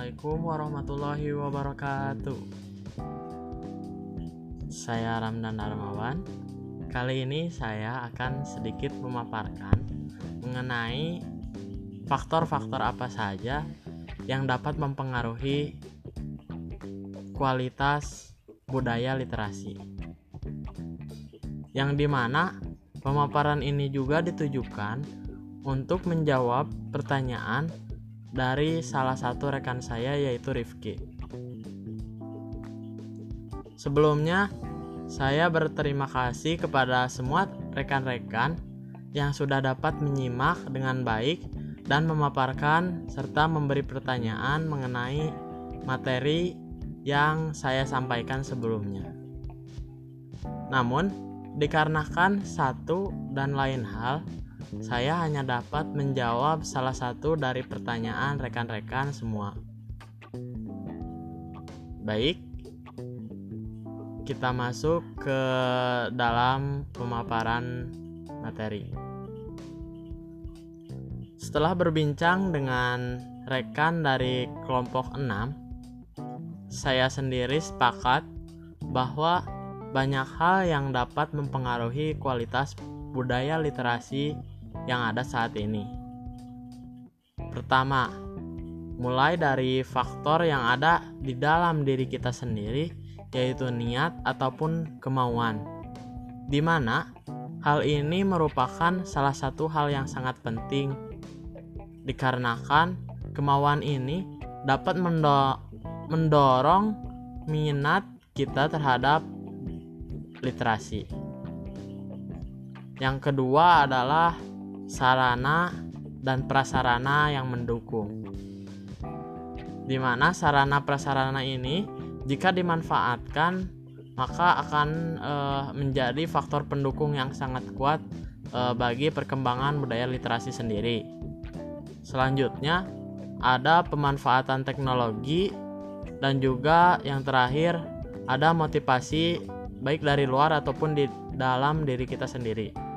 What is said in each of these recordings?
Assalamualaikum warahmatullahi wabarakatuh. Saya Ramdan Darmawan. Kali ini saya akan sedikit memaparkan mengenai faktor-faktor apa saja yang dapat mempengaruhi kualitas budaya literasi. Yang dimana pemaparan ini juga ditujukan untuk menjawab pertanyaan dari salah satu rekan saya, yaitu Rifki. Sebelumnya, saya berterima kasih kepada semua rekan-rekan yang sudah dapat menyimak dengan baik dan memaparkan serta memberi pertanyaan mengenai materi yang saya sampaikan sebelumnya. Namun, dikarenakan satu dan lain hal, saya hanya dapat menjawab salah satu dari pertanyaan rekan-rekan semua. Baik, kita masuk ke dalam pemaparan materi. Setelah berbincang dengan rekan dari kelompok 6, saya sendiri sepakat bahwa banyak hal yang dapat mempengaruhi kualitas budaya literasi yang ada saat ini. Pertama, mulai dari faktor yang ada di dalam diri kita sendiri, yaitu niat ataupun kemauan, di mana hal ini merupakan salah satu hal yang sangat penting, dikarenakan kemauan ini dapat mendorong minat kita terhadap literasi. Yang kedua adalah sarana dan prasarana yang mendukung, di mana sarana prasarana ini jika dimanfaatkan maka akan menjadi faktor pendukung yang sangat kuat bagi perkembangan budaya literasi sendiri. Selanjutnya ada pemanfaatan teknologi, dan juga yang terakhir ada motivasi baik dari luar ataupun di dalam diri kita sendiri.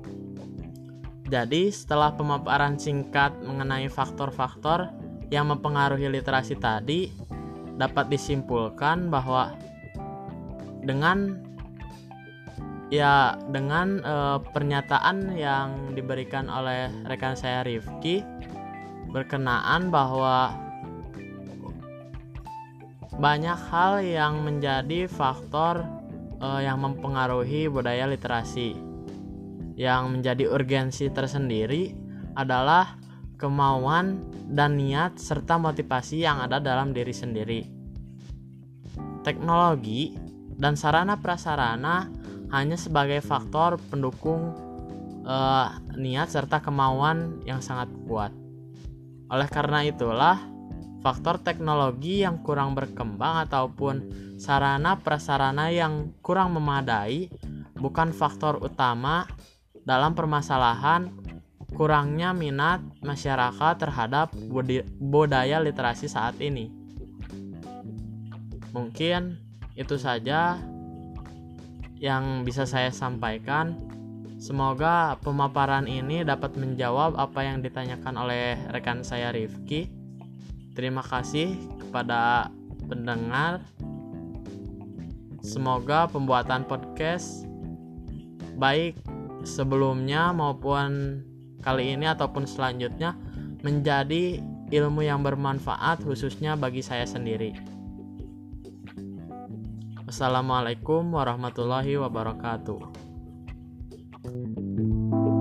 Jadi, setelah pemaparan singkat mengenai faktor-faktor yang mempengaruhi literasi tadi, dapat disimpulkan bahwa dengan pernyataan yang diberikan oleh rekan saya Rifki berkenaan bahwa banyak hal yang menjadi faktor yang mempengaruhi budaya literasi. Yang menjadi urgensi tersendiri adalah kemauan dan niat serta motivasi yang ada dalam diri sendiri. Teknologi dan sarana prasarana hanya sebagai faktor pendukung niat serta kemauan yang sangat kuat. Oleh karena itulah, faktor teknologi yang kurang berkembang ataupun sarana prasarana yang kurang memadai bukan faktor utama dalam permasalahan kurangnya minat masyarakat terhadap budaya literasi saat ini. Mungkin itu saja yang bisa saya sampaikan. Semoga pemaparan ini dapat menjawab apa yang ditanyakan oleh rekan saya Rifki. Terima kasih kepada pendengar. Semoga pembuatan podcast baik sebelumnya maupun kali ini ataupun selanjutnya menjadi ilmu yang bermanfaat khususnya bagi saya sendiri. Wassalamualaikum warahmatullahi wabarakatuh.